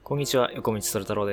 こんにちは、横道それ太郎です。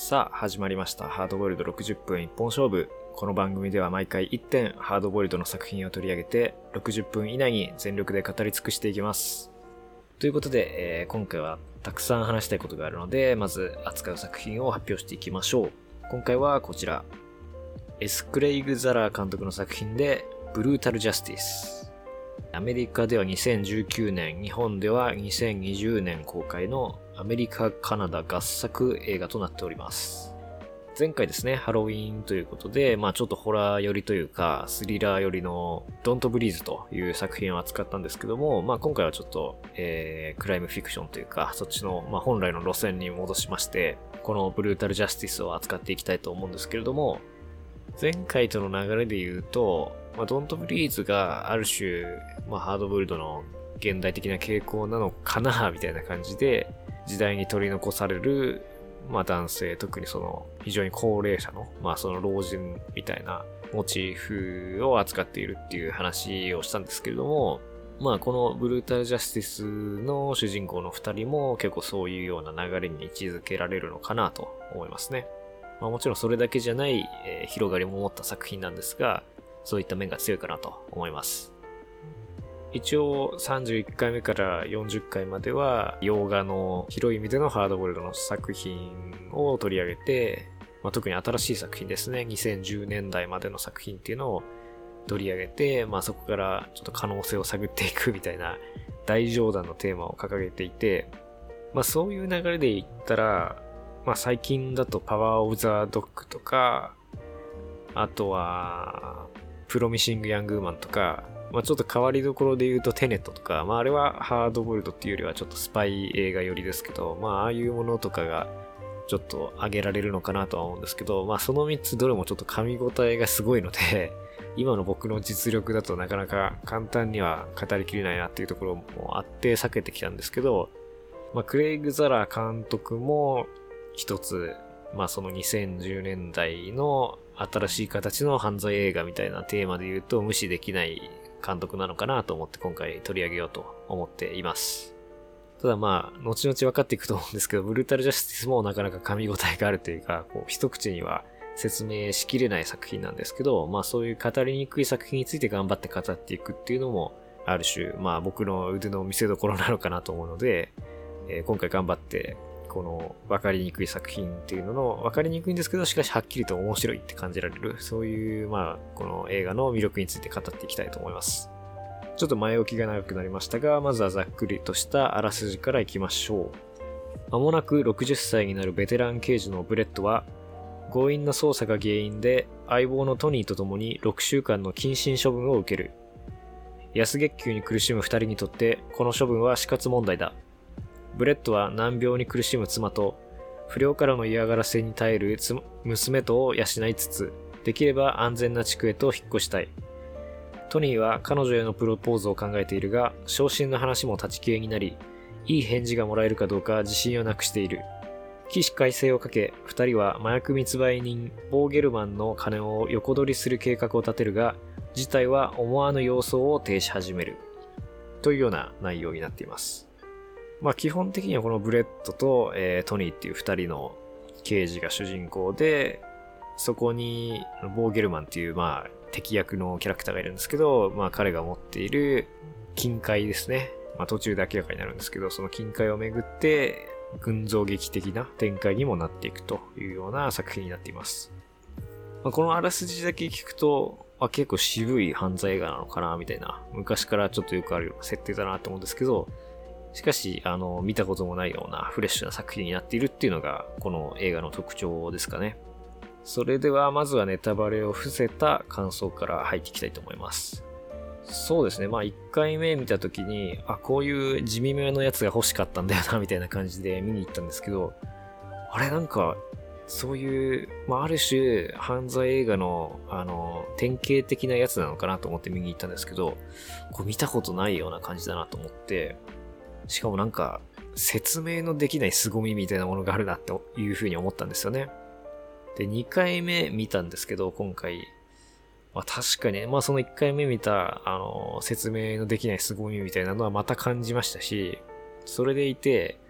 さあ、始まりました。ハードボイルド60分一本勝負。この番組では毎回1点ハードボイルドの作品を取り上げて、60分以内に全力で語り尽くしていきます。ということで、今回はたくさん話したいことがあるので、まず扱う作品を発表していきましょう。今回はこちら。クレイグ・ザラー監督の作品で、ブルータル・ジャスティス。アメリカでは2019年、日本では2020年公開のアメリカ・カナダ合作映画となっております。前回ですね、ハロウィーンということで、ちょっとホラー寄りというか、スリラー寄りのドントブリーズという作品を扱ったんですけども、今回はちょっと、クライムフィクションというか、そっちの、本来の路線に戻しまして、このブルータルジャスティスを扱っていきたいと思うんですけれども、前回との流れで言うと、ドントブリーズがある種、ハードボイルドの現代的な傾向なのかなみたいな感じで、時代に取り残される、男性、特にその非常に高齢者の、その老人みたいなモチーフを扱っているっていう話をしたんですけれども、このブルータルジャスティスの主人公の二人も結構そういうような流れに位置づけられるのかなと思いますね。もちろんそれだけじゃない、広がりも持った作品なんですが、そういった面が強いかなと思います。一応31回目から40回までは洋画の広い意味でのハードボイルドの作品を取り上げて、特に新しい作品ですね、2010年代までの作品っていうのを取り上げて、そこからちょっと可能性を探っていくみたいな大冗談のテーマを掲げていて、そういう流れで言ったら、最近だとパワーオブザドッグとか、あとはプロミシングヤングウーマンとか、ちょっと変わりどころで言うとテネットとか、あれはハードボイルドっていうよりはちょっとスパイ映画寄りですけど、ああいうものとかがちょっと挙げられるのかなとは思うんですけど、その3つどれもちょっと噛み応えがすごいので、今の僕の実力だとなかなか簡単には語りきれないなっていうところもあって避けてきたんですけど、クレイグ・ザラー監督も一つ、その2010年代の新しい形の犯罪映画みたいなテーマで言うと無視できない監督なのかなと思って今回取り上げようと思っています。ただ後々分かっていくと思うんですけど、ブルータルジャスティスもなかなか噛み応えがあるというか、一口には説明しきれない作品なんですけど、そういう語りにくい作品について頑張って語っていくっていうのも、ある種、僕の腕の見せ所なのかなと思うので、今回頑張って、この分かりにくい作品っていうのの分かりにくいんですけど、しかしはっきりと面白いって感じられる、そういうこの映画の魅力について語っていきたいと思います。ちょっと前置きが長くなりましたが、まずはざっくりとしたあらすじからいきましょう。間もなく60歳になるベテラン刑事のブレットは、強引な捜査が原因で相棒のトニーと共に6週間の謹慎処分を受ける。安月給に苦しむ2人にとってこの処分は死活問題だ。ブレットは難病に苦しむ妻と不良からの嫌がらせに耐える娘とを養いつつ、できれば安全な地区へと引っ越したい。トニーは彼女へのプロポーズを考えているが、昇進の話も立ち消えになり、いい返事がもらえるかどうか自信をなくしている。起死回生をかけ、二人は麻薬密売人ボーゲルマンの金を横取りする計画を立てるが、事態は思わぬ様相を呈し始める。というような内容になっています。基本的にはこのブレットと、トニーっていう二人の刑事が主人公で、そこにボーゲルマンっていう敵役のキャラクターがいるんですけど、彼が持っている金塊ですね。途中で明らかになるんですけど、その金塊をめぐって群像劇的な展開にもなっていくというような作品になっています。このあらすじだけ聞くと、結構渋い犯罪映画なのかなみたいな、昔からちょっとよくあるような設定だなと思うんですけど、しかし見たこともないようなフレッシュな作品になっているっていうのがこの映画の特徴ですかね。それではまずはネタバレを伏せた感想から入っていきたいと思います。そうですね、1回目見た時にこういう地味めのやつが欲しかったんだよなみたいな感じで見に行ったんですけど、あれなんかそういう、ある種犯罪映画の典型的なやつなのかなと思って見に行ったんですけど、これ見たことないような感じだなと思って、しかもなんか説明のできない凄みみたいなものがあるなっていう風に思ったんですよね。で、2回目見たんですけど、今回。確かに、その1回目見た、説明のできない凄みみたいなのはまた感じましたし、それでいて、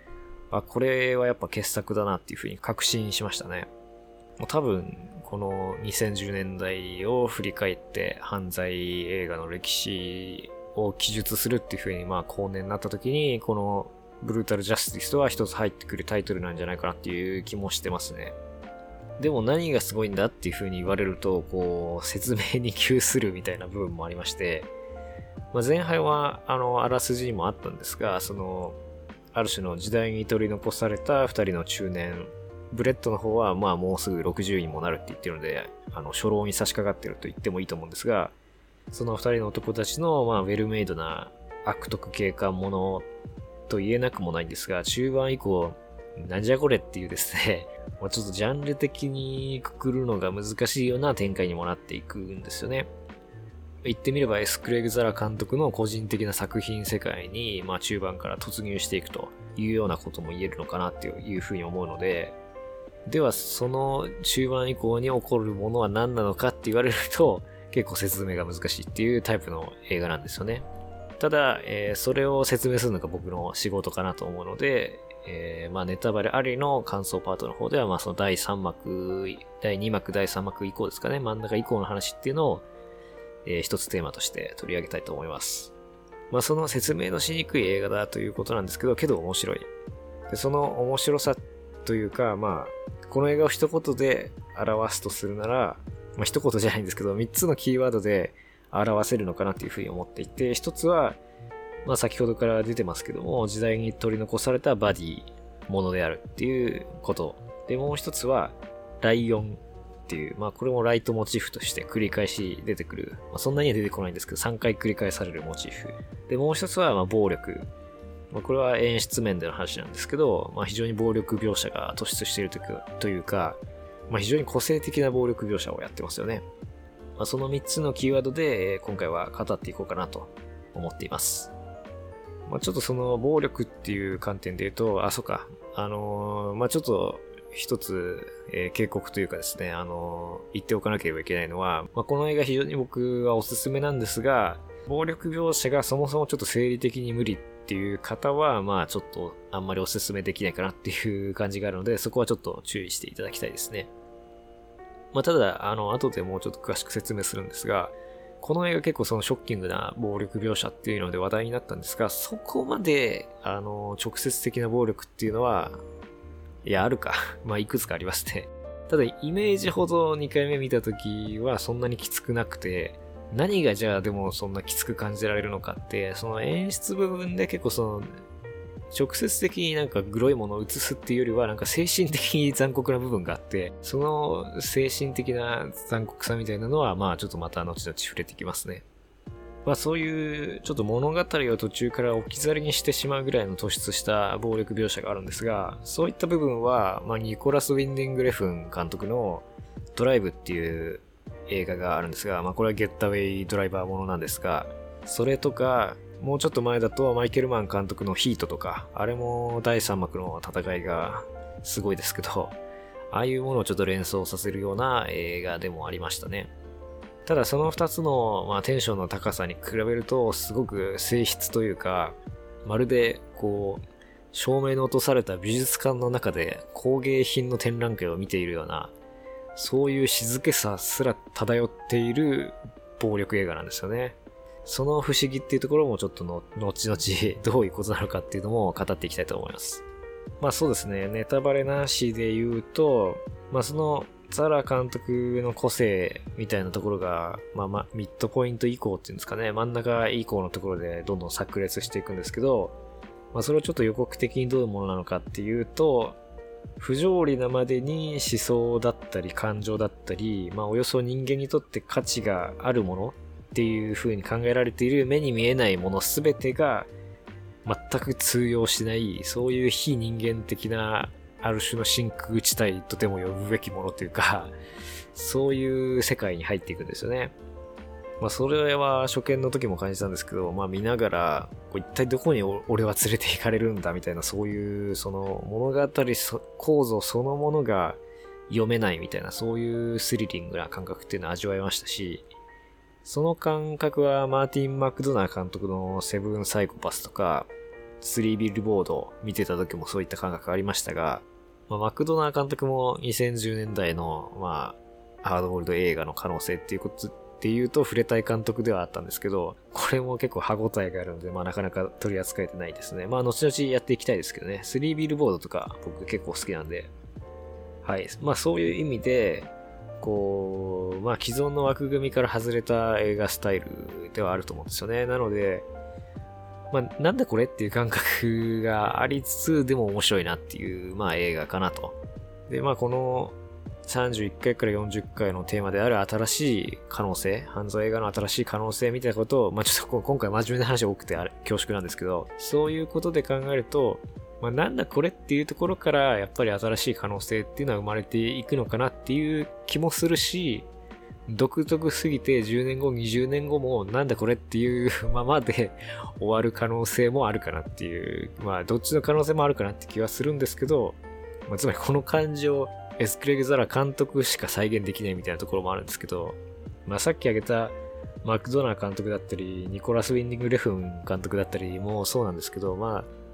これはやっぱ傑作だなっていう風に確信しましたね。もう多分、この2010年代を振り返って犯罪映画の歴史を記述するっていう風に後年になった時に、このブルータルジャスティスとは一つ入ってくるタイトルなんじゃないかなっていう気もしてますね。でも何がすごいんだっていう風に言われると、説明に窮するみたいな部分もありまして、前半はあらすじにもあったんですが、ある種の時代に取り残された二人の中年、ブレッドの方はもうすぐ60にもなるって言ってるので、初老に差し掛かってると言ってもいいと思うんですが、その二人の男たちのウェルメイドな悪徳警官ものと言えなくもないんですが、中盤以降、なんじゃこれっていうですね、ちょっとジャンル的にくくるのが難しいような展開にもなっていくんですよね。言ってみればクレイグ・ザラ監督の個人的な作品世界に、中盤から突入していくというようなことも言えるのかなっていうふうに思うので、ではその中盤以降に起こるものは何なのかって言われると、結構説明が難しいっていうタイプの映画なんですよね。ただ、それを説明するのが僕の仕事かなと思うので、ネタバレありの感想パートの方では、その第3幕、第2幕、第3幕以降ですかね、真ん中以降の話っていうのを、一つテーマとして取り上げたいと思います。その説明のしにくい映画だということなんですけど面白い。でその面白さというか、この映画を一言で表すとするなら、一言じゃないんですけど、3つのキーワードで表せるのかなっていうふうに思っていて、一つは、先ほどから出てますけども、時代に取り残されたバディものであるっていうこと。で、もう一つは、ライオンっていう、これもライトモチーフとして繰り返し出てくる。そんなには出てこないんですけど、3回繰り返されるモチーフ。で、もう一つは、暴力。これは演出面での話なんですけど、非常に暴力描写が突出しているというか、非常に個性的な暴力描写をやってますよね。その3つのキーワードで、今回は語っていこうかなと思っています。ちょっとその暴力っていう観点で言うと、そうか。ちょっと一つ、警告というかですね、言っておかなければいけないのは、この映画非常に僕はおすすめなんですが、暴力描写がそもそもちょっと生理的に無理っていう方は、ちょっとあんまりおすすめできないかなっていう感じがあるので、そこはちょっと注意していただきたいですね。ただ、後でもうちょっと詳しく説明するんですが、この映画結構そのショッキングな暴力描写っていうので話題になったんですが、そこまで、直接的な暴力っていうのは、あるか。いくつかありまして。ただ、イメージほど2回目見たときはそんなにきつくなくて、何がじゃあでもそんなきつく感じられるのかって、その演出部分で結構直接的になんかグロいものを映すっていうよりは、なんか精神的に残酷な部分があって、その精神的な残酷さみたいなのは、ちょっとまた後々触れてきますね。そういうちょっと物語を途中から置き去りにしてしまうぐらいの突出した暴力描写があるんですが、そういった部分は、ニコラス・ウィンディング・レフン監督のドライブっていう映画があるんですが、これはゲッタウェイドライバーものなんですが、それとか、もうちょっと前だとマイケルマン監督のヒートとか、あれも第3幕の戦いがすごいですけど、ああいうものをちょっと連想させるような映画でもありましたね。ただその2つの、テンションの高さに比べるとすごく静筆というか、まるで照明の落とされた美術館の中で工芸品の展覧会を見ているような、そういう静けさすら漂っている暴力映画なんですよね。その不思議っていうところもちょっと後々どういうことなのかっていうのも語っていきたいと思います。そうですね、ネタバレなしで言うと、そのザラ監督の個性みたいなところが、ミッドポイント以降っていうんですかね、真ん中以降のところでどんどん炸裂していくんですけど、それをちょっと予告的にどういうものなのかっていうと、不条理なまでに思想だったり感情だったり、およそ人間にとって価値があるものっていう風に考えられている目に見えないものすべてが全く通用しない、そういう非人間的なある種の真空地帯とても呼ぶべきものというか、そういう世界に入っていくんですよね。それは初見の時も感じたんですけど、見ながら、一体どこに俺は連れて行かれるんだみたいな、そういうその物語構造そのものが読めないみたいな、そういうスリリングな感覚っていうのを味わいましたし、その感覚はマーティン・マクドナー監督のセブン・サイコパスとか、 3ビルボード見てた時もそういった感覚ありましたが、マクドナー監督も2010年代の、ハードボイルド映画の可能性っていうことっていうと触れたい監督ではあったんですけど、これも結構歯応えがあるので、なかなか取り扱えてないですね。後々やっていきたいですけどね。3ビルボードとか僕結構好きなんで。はい。そういう意味で、既存の枠組みから外れた映画スタイルではあると思うんですよね。なので、なんだこれっていう感覚がありつつ、でも面白いなっていう、映画かなと。で、この31回から40回のテーマである新しい可能性、犯罪映画の新しい可能性みたいなことを、ちょっと今回真面目な話多くて恐縮なんですけど、そういうことで考えると、なんだこれっていうところから、やっぱり新しい可能性っていうのは生まれていくのかなっていう気もするし、独特すぎて10年後、20年後もなんだこれっていうままで終わる可能性もあるかなっていう、どっちの可能性もあるかなって気はするんですけど、つまりこの感じをクレグ・ザラ監督しか再現できないみたいなところもあるんですけど、さっき挙げたマクドナー監督だったり、ニコラス・ウィンディング・レフン監督だったりもそうなんですけど、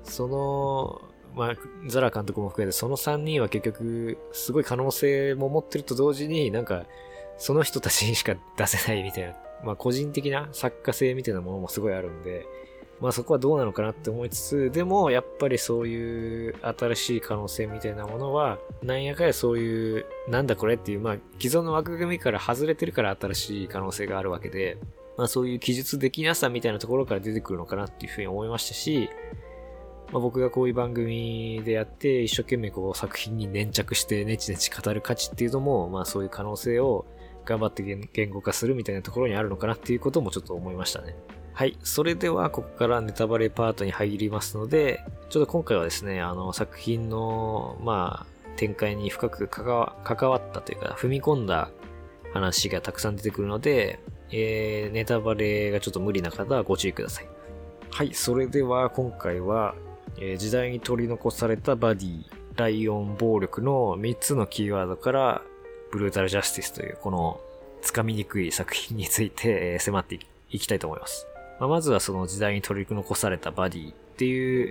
ザラ監督も含めてその3人は結局すごい可能性も持ってると同時にその人たちにしか出せないみたいな、個人的な作家性みたいなものもすごいあるんで、そこはどうなのかなって思いつつ、でもやっぱりそういう新しい可能性みたいなものは、なんやかやそういう、なんだこれっていう、既存の枠組みから外れてるから新しい可能性があるわけで、そういう記述できなさみたいなところから出てくるのかなっていうふうに思いましたし、僕がこういう番組でやって一生懸命作品に粘着してネチネチ語る価値っていうのも、そういう可能性を頑張って言語化するみたいなところにあるのかなっていうこともちょっと思いましたね。はい。それでは、ここからネタバレパートに入りますので、ちょっと今回はですね、作品の、展開に深く関わったというか、踏み込んだ話がたくさん出てくるので、ネタバレがちょっと無理な方はご注意ください。はい。それでは、今回は、時代に取り残されたバディ、ライオン、暴力の3つのキーワードから、ブルータルジャスティスという、この、つかみにくい作品について、迫っていきたいと思います。まずはその時代に取り残されたバディっていう、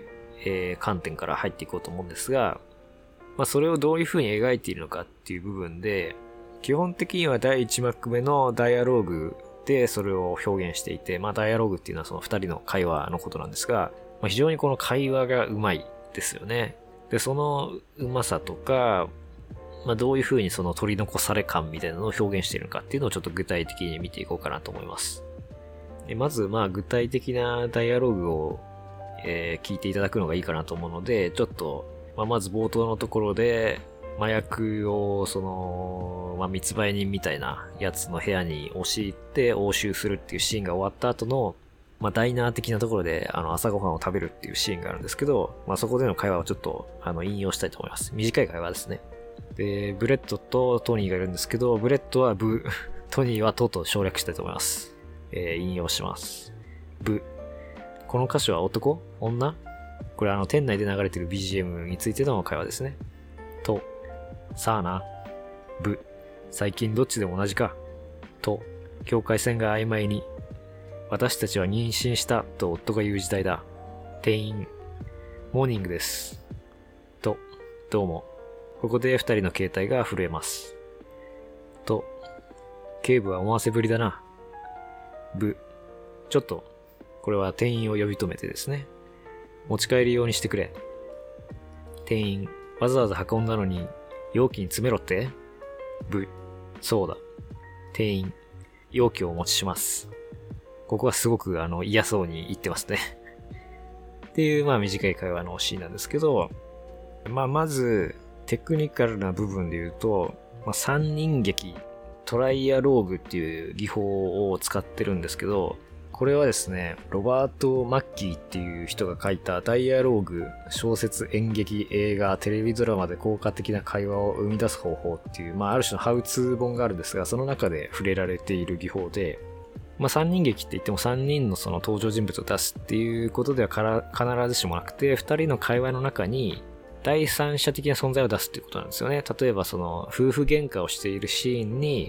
観点から入っていこうと思うんですが、それをどういう風に描いているのかっていう部分で、基本的には第1幕目のダイアローグでそれを表現していて、ダイアローグっていうのはその2人の会話のことなんですが、非常にこの会話がうまいですよね。で、そのうまさとか、どういう風にその取り残され感みたいなのを表現しているのかっていうのをちょっと具体的に見ていこうかなと思います。まず、具体的なダイアログを、聞いていただくのがいいかなと思うので、ちょっと、まず冒頭のところで、麻薬を、密売人みたいなやつの部屋に押し入って押収するっていうシーンが終わった後の、ダイナー的なところで、朝ごはんを食べるっていうシーンがあるんですけど、そこでの会話をちょっと、引用したいと思います。短い会話ですね。で、ブレッドとトニーがいるんですけど、ブレッドはブ、トニーはトと省略したいと思います。引用します。ブ。この歌詞は男？女？これ店内で流れている BGM についての会話ですね。と。さあな。ブ。最近どっちでも同じか。と。境界線が曖昧に。私たちは妊娠したと夫が言う時代だ。店員。モーニングです。と。どうも。ここで二人の携帯が震えます。と。警部は思わせぶりだな。ブ。ちょっと、これは店員を呼び止めてですね。持ち帰り用にしてくれ。店員、わざわざ運んだのに、容器に詰めろって？ブ。そうだ。店員、容器をお持ちします。ここはすごく嫌そうに言ってますね。っていう短い会話のシーンなんですけど、まず、テクニカルな部分で言うと、三人劇、トライアローグっていう技法を使ってるんですけど、これはですね、ロバート・マッキーっていう人が書いたダイアローグ、小説、演劇、映画、テレビドラマで効果的な会話を生み出す方法っていう、ある種のハウツー本があるんですが、その中で触れられている技法で、三人劇って言っても三人のその登場人物を出すっていうことでは必ずしもなくて、二人の会話の中に第三者的な存在を出すっていうことなんですよね。例えばその夫婦喧嘩をしているシーンに、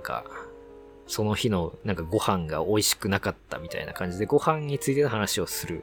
その日のご飯が美味しくなかったみたいな感じでご飯についての話をするっ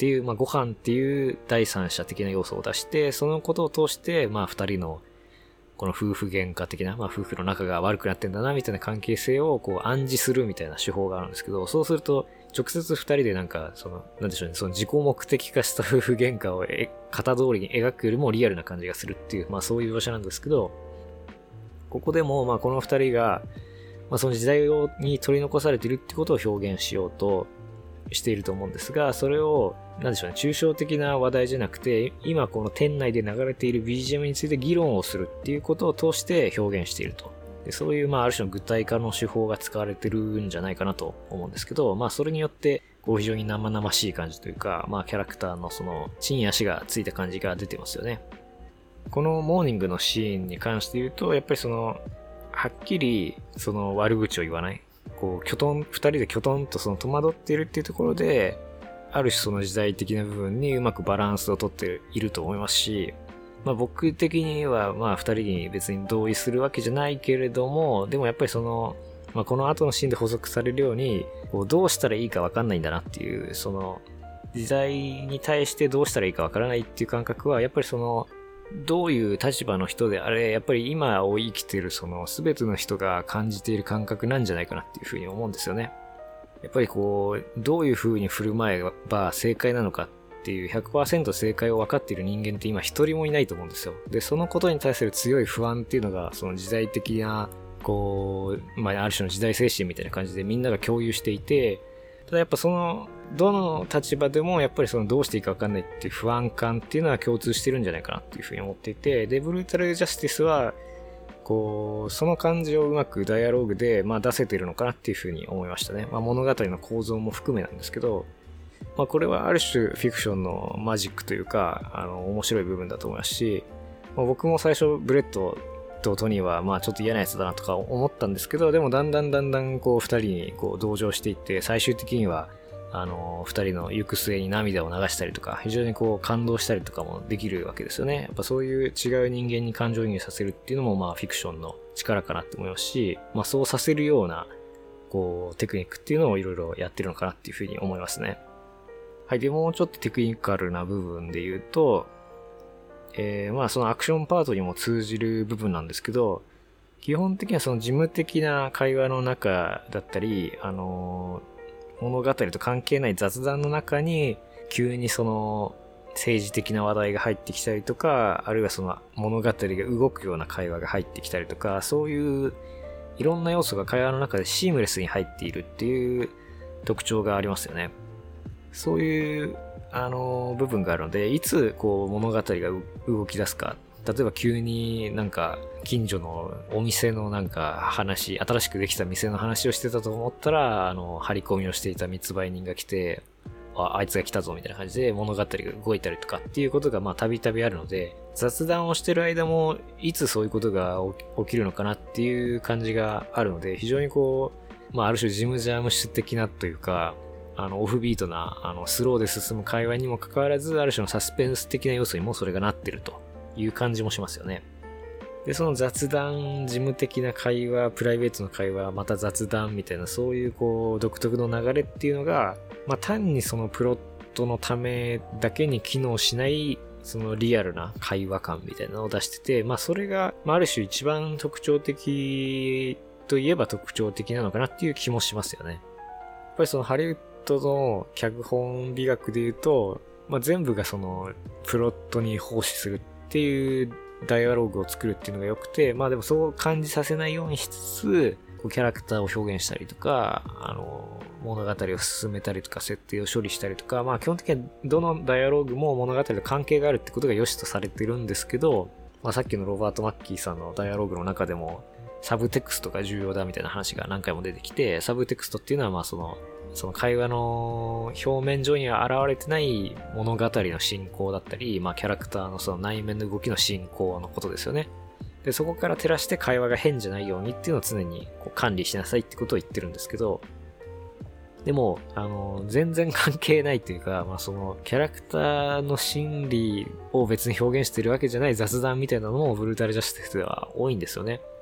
っていう、ご飯っていう第三者的な要素を出して、そのことを通して、二人のこの夫婦喧嘩的な、夫婦の仲が悪くなってんだな、みたいな関係性を暗示するみたいな手法があるんですけど、そうすると、直接二人でなんでしょうね、その自己目的化した夫婦喧嘩を型通りに描くよりもリアルな感じがするっていう、そういう描写なんですけど、ここでも、この二人が、その時代に取り残されているってことを表現しようとしていると思うんですが、それを、抽象的な話題じゃなくて、今この店内で流れている BGM について議論をするっていうことを通して表現していると。でそういう、ある種の具体化の手法が使われてるんじゃないかなと思うんですけど、それによって、非常に生々しい感じというか、キャラクターのその、地に足がついた感じが出てますよね。このモーニングのシーンに関して言うと、やっぱりはっきり、悪口を言わない。二人でキョトンと戸惑っているっていうところで、ある種その時代的な部分にうまくバランスをとっていると思いますし、僕的には二人に別に同意するわけじゃないけれども、でもやっぱりこの後のシーンで補足されるように、どうしたらいいかわかんないんだなっていう、時代に対してどうしたらいいかわからないっていう感覚は、やっぱりどういう立場の人であれ、やっぱり今を生きている全ての人が感じている感覚なんじゃないかなっていうふうに思うんですよね。やっぱりどういう風に振る舞えば正解なのかっていう 100% 正解を分かっている人間って今一人もいないと思うんですよ。で、そのことに対する強い不安っていうのが、その時代的な、ある種の時代精神みたいな感じでみんなが共有していて、ただやっぱどの立場でもやっぱりどうしていいか分かんないっていう不安感っていうのは共通してるんじゃないかなっていうふうに思っていて、で、ブルータルジャスティスは、その感じをうまくダイアローグで、出せてるのかなっていうふうに思いましたね。物語の構造も含めなんですけど、これはある種フィクションのマジックというか、面白い部分だと思いますし、僕も最初ブレッドとトニーはちょっと嫌なやつだなとか思ったんですけど、でもだんだん二人に同情していって、最終的には二人の行く末に涙を流したりとか、非常に感動したりとかもできるわけですよね。やっぱそういう違う人間に感情移入させるっていうのもフィクションの力かなって思いますし、そうさせるようなテクニックっていうのをいろいろやってるのかなっていうふうに思いますね。はい。で、もうちょっとテクニカルな部分で言うと、そのアクションパートにも通じる部分なんですけど、基本的にはその事務的な会話の中だったり、物語と関係ない雑談の中に、急に政治的な話題が入ってきたりとか、あるいは物語が動くような会話が入ってきたりとか、そういういろんな要素が会話の中でシームレスに入っているっていう特徴がありますよね。そういう部分があるので、いつ物語が動き出すか、例えば急に近所のお店の話、新しくできた店の話をしてたと思ったら、張り込みをしていた密売人が来て、あいつが来たぞみたいな感じで物語が動いたりとかっていうことがたびたびあるので、雑談をしてる間もいつそういうことが起きるのかなっていう感じがあるので、非常にある種ジムジャームシュ的なというか、オフビートな、スローで進む会話にもかかわらず、ある種のサスペンス的な要素にもそれがなってるという感じもしますよね。で、その雑談、事務的な会話、プライベートの会話、また雑談みたいな、そういう独特の流れっていうのが、単にそのプロットのためだけに機能しない、そのリアルな会話感みたいなのを出してて、それが、ある種一番特徴的といえば特徴的なのかなっていう気もしますよね。やっぱりハリウッドの脚本美学で言うと、全部がプロットに奉仕するっていうダイアローグを作るっていうのが良くて、でもそう感じさせないようにしつつ、キャラクターを表現したりとか、物語を進めたりとか、設定を処理したりとか、基本的にはどのダイアローグも物語と関係があるってことが良しとされてるんですけど、さっきのロバート・マッキーさんのダイアローグの中でも、サブテクストが重要だみたいな話が何回も出てきて、サブテクストっていうのはその会話の表面上には現れてない物語の進行だったり、キャラクターのその内面の動きの進行のことですよね。で、そこから照らして会話が変じゃないようにっていうのを常に管理しなさいってことを言ってるんですけど、でも、全然関係ないというか、そのキャラクターの心理を別に表現してるわけじゃない雑談みたいなのもブルータルジャスティスでは多いんですよね。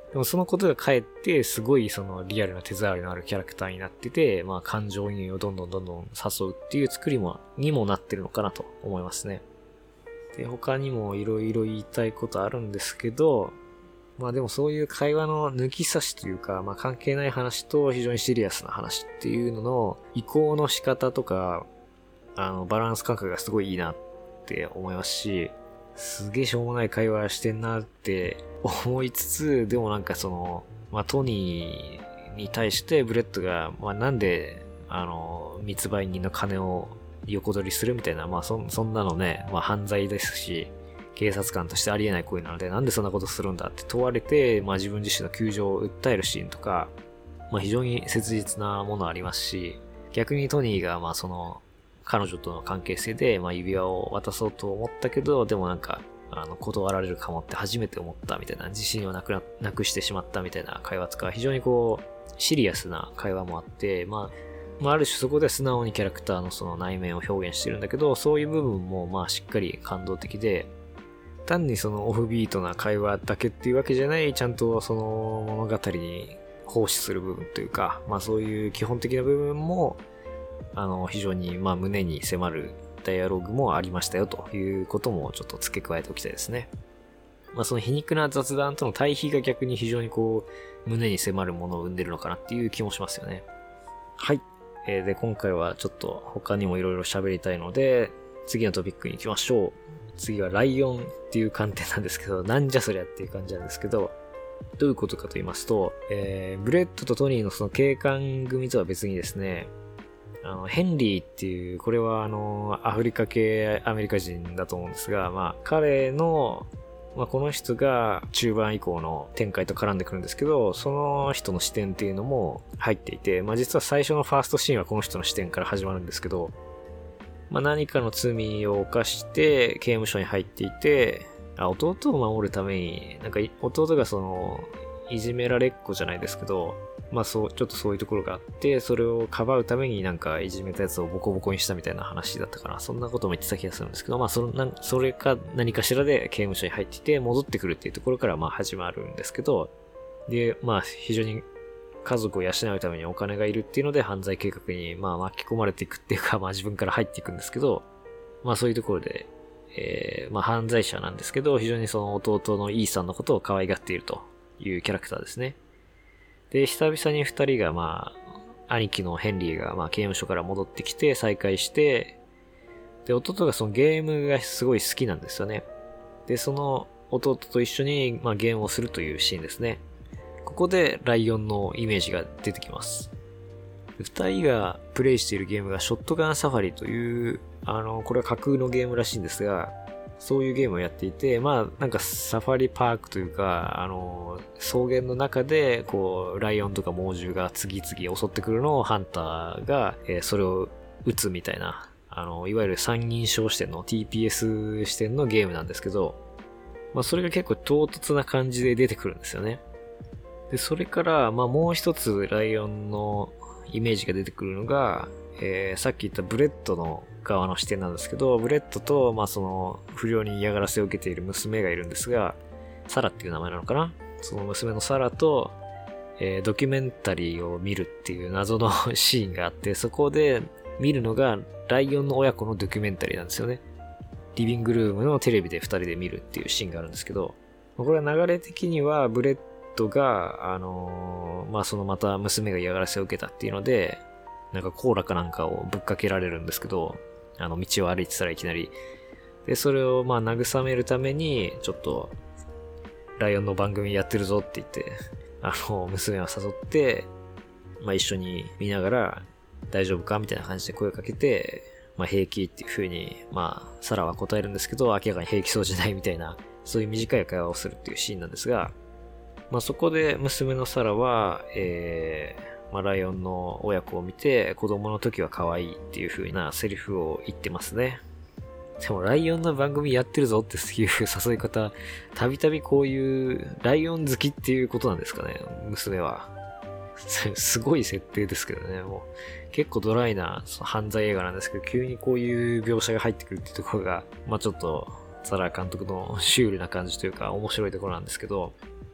でもそのことがかえってすごいそのリアルな手触りのあるキャラクターになってて、まあ感情移入をどんどん誘うっていう作りにもなってるのかなと思いますね。で、他にもいろいろ言いたいことあるんですけど、まあでもそういう会話の抜き差しというか、まあ関係ない話と非常にシリアスな話っていうのの移行の仕方とか、バランス感覚がすごいいいなって思いますし、すげえしょうもない会話してんなって思いつつ、でもなんかまあトニーに対してブレッドが、まあなんで、密売人の金を横取りするみたいな、まあそんなのね、まあ犯罪ですし、警察官としてありえない行為なので、なんでそんなことするんだって問われて、まあ自分自身の窮状を訴えるシーンとか、まあ非常に切実なものありますし、逆にトニーがまあ彼女との関係性で、まあ指輪を渡そうと思ったけど、でもなんか、断られるかもって初めて思ったみたいな、自信をなくしてしまったみたいな会話とか、非常にシリアスな会話もあって、まあある種そこで素直にキャラクターのその内面を表現してるんだけど、そういう部分もまあしっかり感動的で、単にそのオフビートな会話だけっていうわけじゃない、ちゃんとその物語に奉仕する部分というか、まあそういう基本的な部分も、非常にまあ胸に迫るダイアログもありましたよということもちょっと付け加えておきたいですね。まあその皮肉な雑談との対比が逆に非常に胸に迫るものを生んでるのかなっていう気もしますよね。はい。で、今回はちょっと他にもいろいろ喋りたいので、次のトピックに行きましょう。次はライオンっていう観点なんですけど、なんじゃそりゃっていう感じなんですけど、どういうことかと言いますと、ブレッドとトニーのその警官組とは別にですね、ヘンリーっていう、これはアフリカ系アメリカ人だと思うんですが、まあ、彼の、まあ、この人が中盤以降の展開と絡んでくるんですけど、その人の視点っていうのも入っていて、まあ、実は最初のファーストシーンはこの人の視点から始まるんですけど、まあ、何かの罪を犯して刑務所に入っていて、弟を守るために、なんか弟がいじめられっ子じゃないですけど、まあちょっとそういうところがあって、それをかばうためになんかいじめたやつをボコボコにしたみたいな話だったかな。そんなことも言ってた気がするんですけど、まあそれか何かしらで刑務所に入っていて戻ってくるっていうところからまあ始まるんですけど、で、まあ非常に家族を養うためにお金がいるっていうので犯罪計画にまあ巻き込まれていくっていうか、まあ自分から入っていくんですけど、まあそういうところで、まあ犯罪者なんですけど、非常にその弟のイーサンのことを可愛がっているというキャラクターですね。で、久々に二人がまあ、兄貴のヘンリーがまあ刑務所から戻ってきて再会して、で、弟がそのゲームがすごい好きなんですよね。で、その弟と一緒にまあゲームをするというシーンですね。ここでライオンのイメージが出てきます。二人がプレイしているゲームがショットガンサファリという、これは架空のゲームらしいんですが、そういうゲームをやっていて、まあ、なんかサファリパークというか、草原の中で、ライオンとか猛獣が次々襲ってくるのをハンターが、それを撃つみたいな、いわゆる三人称視点の TPS 視点のゲームなんですけど、まあ、それが結構唐突な感じで出てくるんですよね。で、それから、まあ、もう一つライオンのイメージが出てくるのが、さっき言ったブレッドの側の視点なんですけど、ブレッドと、まあ不良に嫌がらせを受けている娘がいるんですが、サラっていう名前なのかな？その娘のサラと、ドキュメンタリーを見るっていう謎のシーンがあって、そこで見るのがライオンの親子のドキュメンタリーなんですよね。リビングルームのテレビで二人で見るっていうシーンがあるんですけど、これは流れ的にはブレッドが、まあまた娘が嫌がらせを受けたっていうので、なんかコーラかなんかをぶっかけられるんですけど、道を歩いてたらいきなり。で、それをまあ慰めるために、ちょっと、ライオンの番組やってるぞって言って、娘を誘って、まあ一緒に見ながら、大丈夫かみたいな感じで声をかけて、まあ平気っていう風に、まあ、サラは答えるんですけど、明らかに平気そうじゃないみたいな、そういう短い会話をするっていうシーンなんですが、まあそこで娘のサラは、まあライオンの親子を見て、子供の時は可愛いっていう風なセリフを言ってますね。でもライオンの番組やってるぞっていう誘い方、たびたびこういうライオン好きっていうことなんですかね、娘は。すごい設定ですけどね、もう結構ドライな犯罪映画なんですけど、急にこういう描写が入ってくるっていうところが、まあちょっとサラ監督のシュールな感じというか面白いところなんですけど、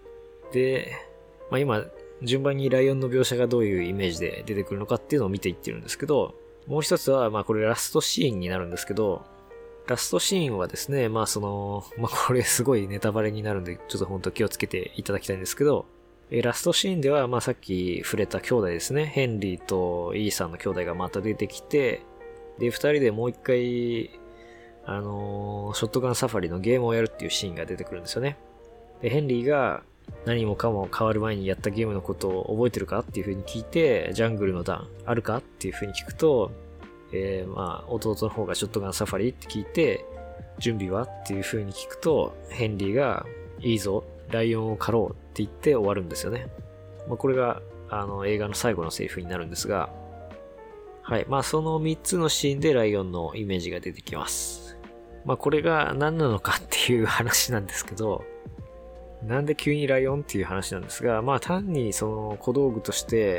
で、今、順番にライオンの描写がどういうイメージで出てくるのかっていうのを見ていってるんですけど、もう一つは、これラストシーンになるんですけど、ラストシーンはですね、これすごいネタバレになるんで、ちょっと本当気をつけていただきたいんですけど、ラストシーンでは、さっき触れた兄弟ですね、ヘンリーとイーサンの兄弟がまた出てきて、で、二人でもう一回、ショットガンサファリのゲームをやるっていうシーンが出てくるんですよね。で、ヘンリーが何もかも変わる前にやったゲームのことを覚えてるかっていう風に聞いて、ジャングルの段あるかっていう風に聞くと、弟の方がショットガンサファリって聞いて、準備はっていう風に聞くと、ヘンリーがいいぞ、ライオンを狩ろうって言って終わるんですよね。これが、映画の最後のセリフになるんですが、はい。その3つのシーンでライオンのイメージが出てきます。これが何なのかっていう話なんですけど、なんで急にライオンっていう話なんですが、単にその小道具として、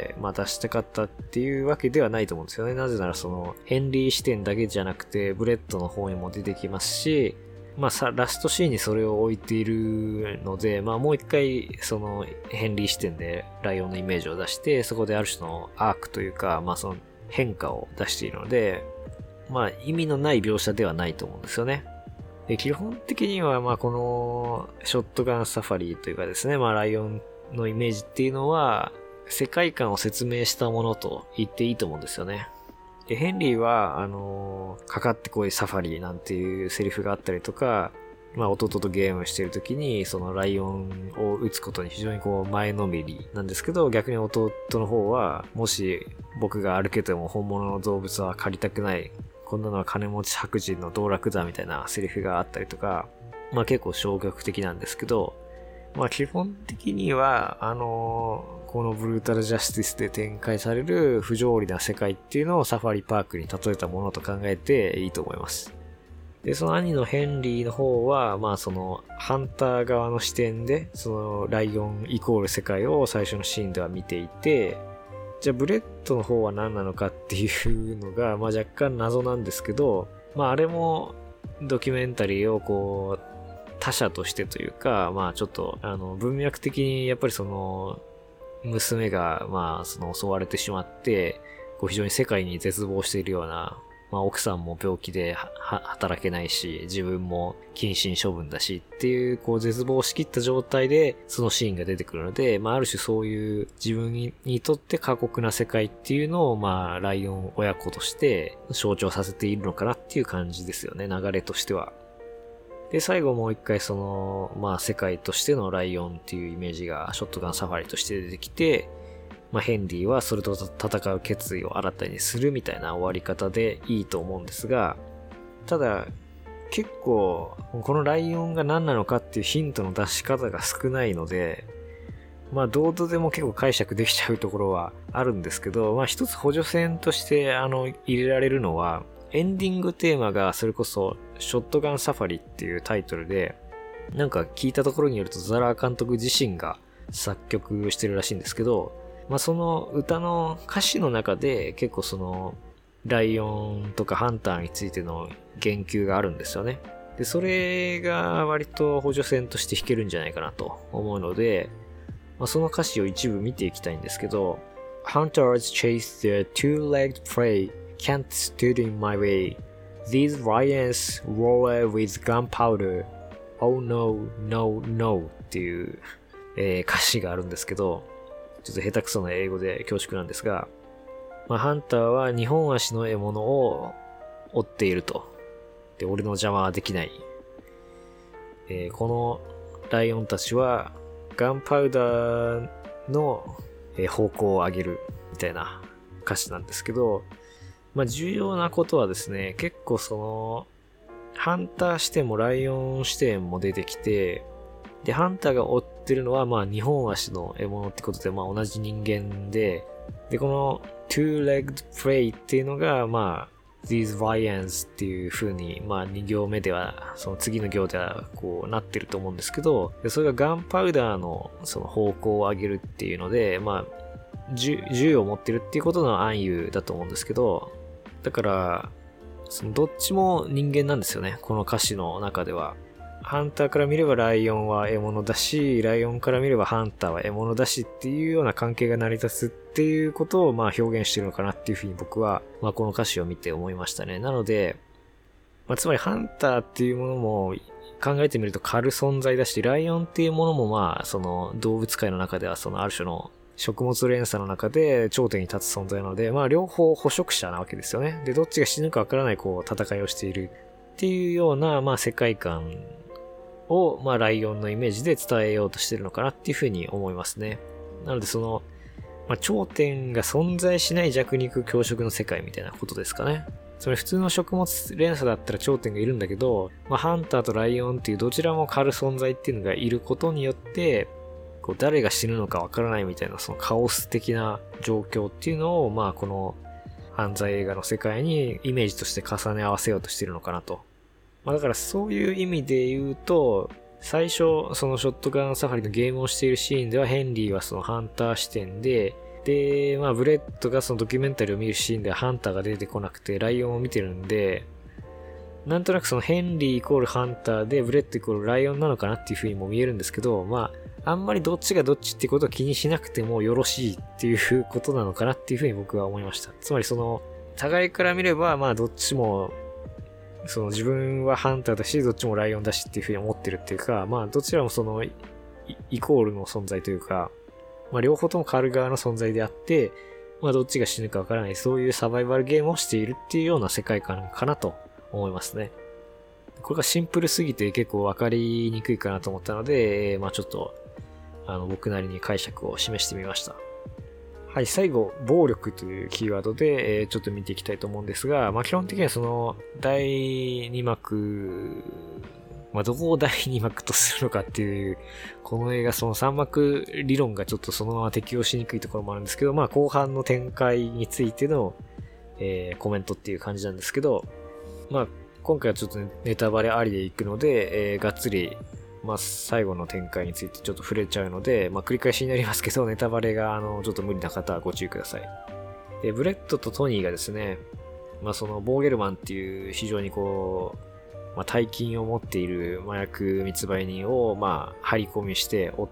出したかったっていうわけではないと思うんですよね。なぜならヘンリー視点だけじゃなくて、ブレッドの方にも出てきますし、ラストシーンにそれを置いているので、もう一回、ヘンリー視点でライオンのイメージを出して、そこである種のアークというか、変化を出しているので、意味のない描写ではないと思うんですよね。で、基本的にはこのショットガンサファリというかですね、ライオンのイメージっていうのは世界観を説明したものと言っていいと思うんですよね。で、ヘンリーはかかってこいサファリなんていうセリフがあったりとか、弟とゲームしてる時にそのライオンを撃つことに非常に前のめりなんですけど、逆に弟の方はもし僕が歩けても本物の動物は狩りたくない、こんなのは金持ち白人の道楽だみたいなセリフがあったりとか、結構消極的なんですけど、基本的にはこのブルータルジャスティスで展開される不条理な世界っていうのをサファリパークに例えたものと考えていいと思います。で、その兄のヘンリーの方は、ハンター側の視点で、ライオンイコール世界を最初のシーンでは見ていて、じゃあブレッドの方は何なのかっていうのが、若干謎なんですけど、あれもドキュメンタリーを他者としてというか、ちょっと、文脈的にやっぱり娘が、襲われてしまって、非常に世界に絶望しているような、奥さんも病気で働けないし、自分も謹慎処分だしっていう、絶望しきった状態で、そのシーンが出てくるので、ある種そういう自分にとって過酷な世界っていうのを、ライオン親子として象徴させているのかなっていう感じですよね、流れとしては。で、最後もう一回世界としてのライオンっていうイメージがショットガンサファリとして出てきて、ヘンリーはそれと戦う決意を新たにするみたいな終わり方でいいと思うんですが、ただ、結構、このライオンが何なのかっていうヒントの出し方が少ないので、どうとでも結構解釈できちゃうところはあるんですけど、一つ補助線として入れられるのは、エンディングテーマがそれこそショットガンサファリっていうタイトルで、なんか聞いたところによるとザラー監督自身が作曲してるらしいんですけど、その歌の歌詞の中で結構ライオンとかハンターについての言及があるんですよね。で、それが割と補助線として弾けるんじゃないかなと思うので、その歌詞を一部見ていきたいんですけど、Hunters chase their two-legged prey, can't stood in my way. These lions roar with gunpowder. Oh no, no, no っていう、歌詞があるんですけど、ちょっと下手くそな英語で恐縮なんですが、ハンターは2本足の獲物を追っていると。で、俺の邪魔はできない。このライオンたちはガンパウダーの方向を上げるみたいな歌詞なんですけど、重要なことはですね、結構ハンター視点もライオン視点も出てきて、で、ハンターが追ってるのは、2本足の獲物ってことで、同じ人間で、で、この two-legged prey っていうのが、these lions っていう風に、2行目では、その次の行では、なってると思うんですけど、でそれがガンパウダーの、その方向を上げるっていうので、銃を持ってるっていうことの暗喩だと思うんですけど、だから、どっちも人間なんですよね、この歌詞の中では。 ハンターから見ればライオンは獲物だし、ライオンから見ればハンターは獲物だしっていうような関係が成り立つっていうことをまあ表現してるのかなっていうふうに僕はまあこの歌詞を見て思いましたね。なので、まあ、つまりハンターっていうものも考えてみると狩る存在だし、ライオンっていうものもまあその動物界の中ではそのある種の食物連鎖の中で頂点に立つ存在なので、まあ両方捕食者なわけですよね。で、どっちが死ぬかわからないこう戦いをしているっていうようなまあ世界観をまあライオンのイメージで伝えようとしてるのかなっていうふうに思いますね。なのでその、まあ、頂点が存在しない弱肉強食の世界みたいなことですかね。それ普通の食物連鎖だったら頂点がいるんだけど、まあ、ハンターとライオンっていうどちらも狩る存在っていうのがいることによって、こう誰が死ぬのかわからないみたいなそのカオス的な状況っていうのを、まあこの犯罪映画の世界にイメージとして重ね合わせようとしてるのかなと。まあだからそういう意味で言うと、最初そのショットガンサファリのゲームをしているシーンではヘンリーはそのハンター視点で、まあブレッドがそのドキュメンタリーを見るシーンではハンターが出てこなくてライオンを見てるんで、なんとなくそのヘンリーイコールハンターでブレッドイコールライオンなのかなっていう風にも見えるんですけど、まああんまりどっちがどっちってことを気にしなくてもよろしいっていうことなのかなっていう風に僕は思いました。つまりその互いから見ればまあどっちもその自分はハンターだしどっちもライオンだしっていう風に思ってるっていうか、まあどちらもそのイコールの存在というか、まあ両方とも狩る側の存在であって、まあどっちが死ぬかわからないそういうサバイバルゲームをしているっていうような世界観かなと思いますね。これがシンプルすぎて結構わかりにくいかなと思ったので、まあちょっと僕なりに解釈を示してみました。はい、最後、暴力というキーワードで、ちょっと見ていきたいと思うんですが、まあ基本的にはその第2幕、まあどこを第2幕とするのかっていう、この映画その3幕理論がちょっとそのまま適用しにくいところもあるんですけど、まあ後半の展開についての、コメントっていう感じなんですけど、まあ今回はちょっとネタバレありでいくので、がっつりまあ最後の展開についてちょっと触れちゃうので、まあ繰り返しになりますけど、ネタバレがちょっと無理な方はご注意ください。で、ブレッドとトニーがですね、まあそのボーゲルマンっていう非常にこう、まあ大金を持っている麻薬密売人をまあ張り込みして追って、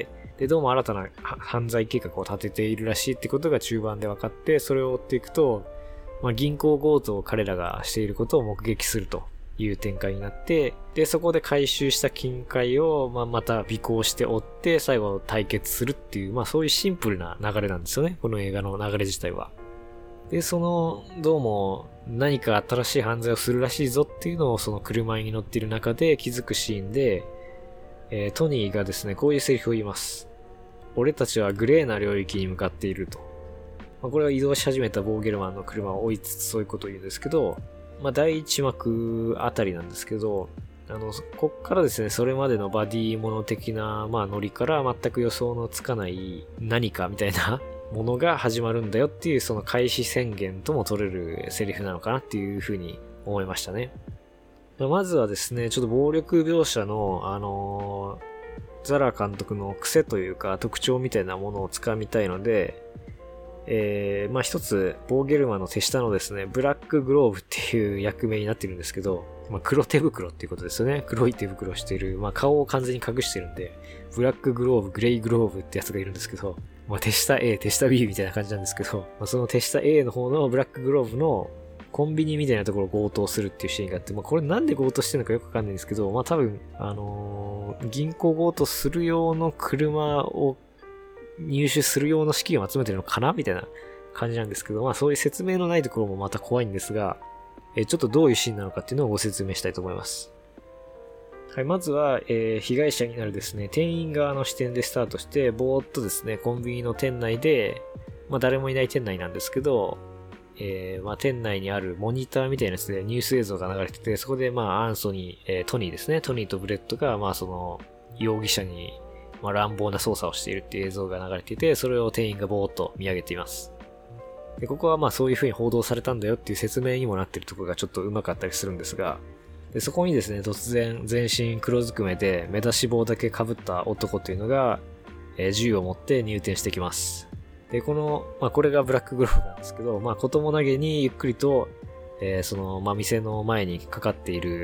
で、どうも新たな犯罪計画を立てているらしいってことが中盤で分かって、それを追っていくと、まあ銀行強盗を彼らがしていることを目撃するという展開になって、で、そこで回収した金塊を、まあ、また尾行して追って、最後対決するっていう、まあそういうシンプルな流れなんですよね。この映画の流れ自体は。で、どうも何か新しい犯罪をするらしいぞっていうのをその車に乗っている中で気づくシーンで、トニーがですね、こういうセリフを言います。俺たちはグレーな領域に向かっていると。まあ、これは移動し始めたボーゲルマンの車を追いつつそういうことを言うんですけど、まあ、第1幕あたりなんですけど、こっからですね、それまでのバディモノ的な、まあ、ノリから全く予想のつかない何かみたいなものが始まるんだよっていう、その開始宣言とも取れるセリフなのかなっていうふうに思いましたね。まずはですね、ちょっと暴力描写の、ザラ監督の癖というか特徴みたいなものをつかみたいので、まあ一つ、ボーゲルマンの手下のですね、ブラックグローブっていう役名になってるんですけど、まあ黒手袋っていうことですよね。黒い手袋をしている。まあ顔を完全に隠してるんで、ブラックグローブ、グレイグローブってやつがいるんですけど、まあ手下 A、手下 B みたいな感じなんですけど、まあその手下 A の方のブラックグローブのコンビニみたいなところを強盗するっていうシーンがあって、まあこれなんで強盗してるのかよくわかんないんですけど、まあ多分、銀行強盗する用の車を入手する用の資金を集めてるのかなみたいな感じなんですけど、まあそういう説明のないところもまた怖いんですが、ちょっとどういうシーンなのかっていうのをご説明したいと思います。はい、まずは、被害者になるですね、店員側の視点でスタートして、ぼーっとですね、コンビニの店内で、まあ誰もいない店内なんですけど、まあ店内にあるモニターみたいなやつでニュース映像が流れてて、そこでまあアンソニー、トニーですね、トニーとブレッドがまあその容疑者にまあ乱暴な操作をしているっていう映像が流れていて、それを店員がぼーっと見上げています。で、ここはまあそういう風に報道されたんだよっていう説明にもなっているところがちょっと上手かったりするんですが、でそこにですね、突然全身黒ずくめで目出し帽だけ被った男というのが、銃を持って入店してきます。で、まあこれがブラックグローブなんですけど、まあ子供投げにゆっくりと、まあ店の前にかかっている、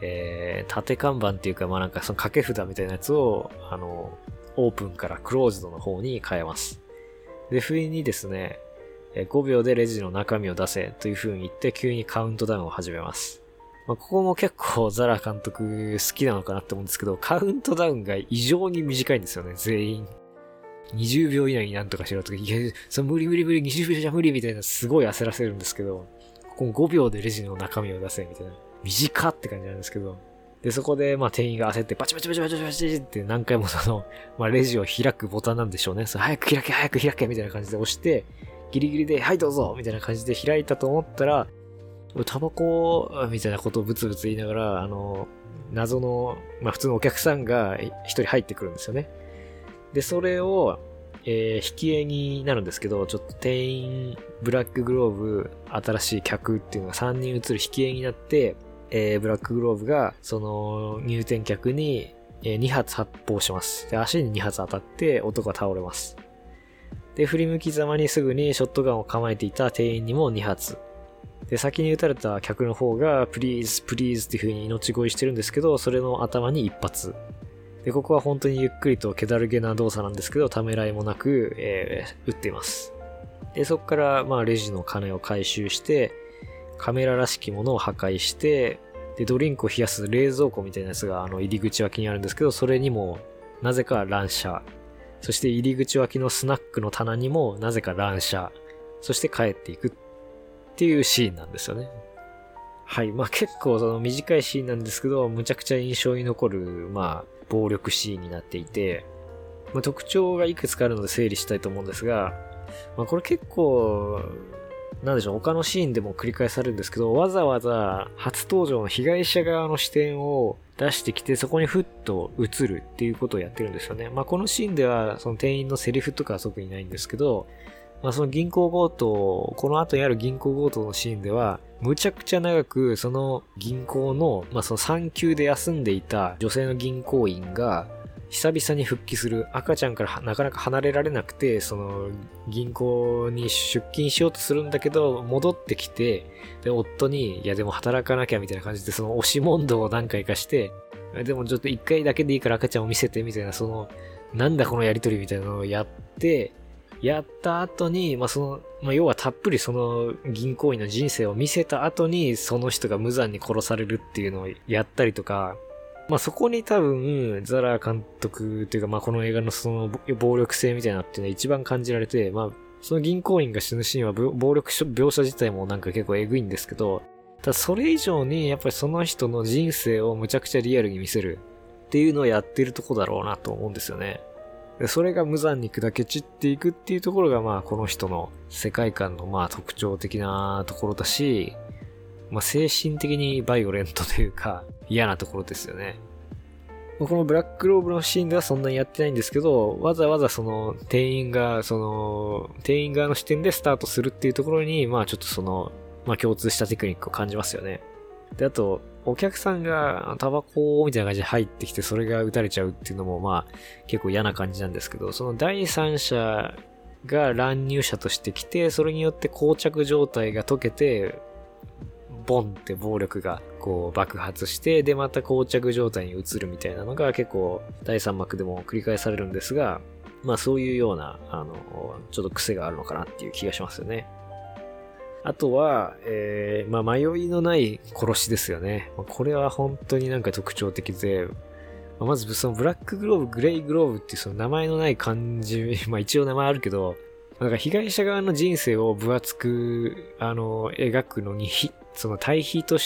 縦看板っていうか、なんかその掛け札みたいなやつを、オープンからクローズドの方に変えます。で、不意にですね、5秒でレジの中身を出せという風に言って急にカウントダウンを始めます。ここも結構ザラ監督好きなのかなって思うんですけど、カウントダウンが異常に短いんですよね、全員。20秒以内になんとかしろとか、いや、無理、20秒じゃ無理みたいなすごい焦らせるんですけど、ここ5秒でレジの中身を出せみたいな。短って感じなんですけど。で、そこで、店員が焦って、バチバチって何回もレジを開くボタンなんでしょうね。早く開けみたいな感じで押して、ギリギリで、はいどうぞみたいな感じで開いたと思ったら、タバコみたいなことをブツブツ言いながら、謎の、普通のお客さんが一人入ってくるんですよね。で、それを、引き絵になるんですけど、ちょっと店員、ブラックグローブ、新しい客っていうのが3人映る引き絵になって、ブラックグローブが、その入店客に2発発砲します。で、足に2発当たって男が倒れます。で、振り向きざまにすぐにショットガンを構えていた店員にも2発。で、先に撃たれた客の方が、プリーズっていう風に命乞いしてるんですけど、それの頭に1発。で、ここは本当にゆっくりと気だるげな動作なんですけど、ためらいもなく、撃っています。で、そこから、レジの金を回収して、カメラらしきものを破壊して、で、ドリンクを冷やす冷蔵庫みたいなやつが入り口脇にあるんですけど、それにも、なぜか乱射。そして入り口脇のスナックの棚にも、なぜか乱射。そして帰っていくっていうシーンなんですよね。はい。結構その短いシーンなんですけど、むちゃくちゃ印象に残る、暴力シーンになっていて、特徴がいくつかあるので整理したいと思うんですが、これ結構、なんでしょう、他のシーンでも繰り返されるんですけど、わざわざ初登場の被害者側の視点を出してきて、そこにふっと映るっていうことをやってるんですよね。このシーンでは、その店員のセリフとかは特にないんですけど、その銀行強盗、この後にある銀行強盗のシーンでは、むちゃくちゃ長くその銀行の、その産休で休んでいた女性の銀行員が、久々に復帰する。赤ちゃんからなかなか離れられなくて、その銀行に出勤しようとするんだけど、戻ってきて、で、夫に、いやでも働かなきゃみたいな感じで、その押し問答を何回かして、でもちょっと一回だけでいいから赤ちゃんを見せてみたいな、なんだこのやりとりみたいなのをやった後に、要はたっぷりその銀行員の人生を見せた後に、その人が無残に殺されるっていうのをやったりとか、そこに多分、ザラ監督というか、この映画のその暴力性みたいなっていうのは一番感じられて、その銀行員が死ぬシーンは暴力描写自体もなんか結構エグいんですけど、ただそれ以上にやっぱりその人の人生をむちゃくちゃリアルに見せるっていうのをやってるとこだろうなと思うんですよね。でそれが無残に砕け散っていくっていうところがこの人の世界観の特徴的なところだし、精神的にバイオレントというか嫌なところですよね。このブラックローブのシーンではそんなにやってないんですけど、わざわざその店員側の視点でスタートするっていうところにちょっと共通したテクニックを感じますよね。で、あと、お客さんがタバコみたいな感じで入ってきてそれが撃たれちゃうっていうのも結構嫌な感じなんですけど、その第三者が乱入者として来て、それによって膠着状態が解けて、ボンって暴力が爆発して、でまた膠着状態に移るみたいなのが結構第3幕でも繰り返されるんですが、そういうようなちょっと癖があるのかなっていう気がしますよね。あとは、迷いのない殺しですよね。これは本当になんか特徴的で、まずそのブラックグローブ、グレイグローブっていうその名前のない感じ、一応名前あるけど、なんか被害者側の人生を分厚く、描くのに、その対比として、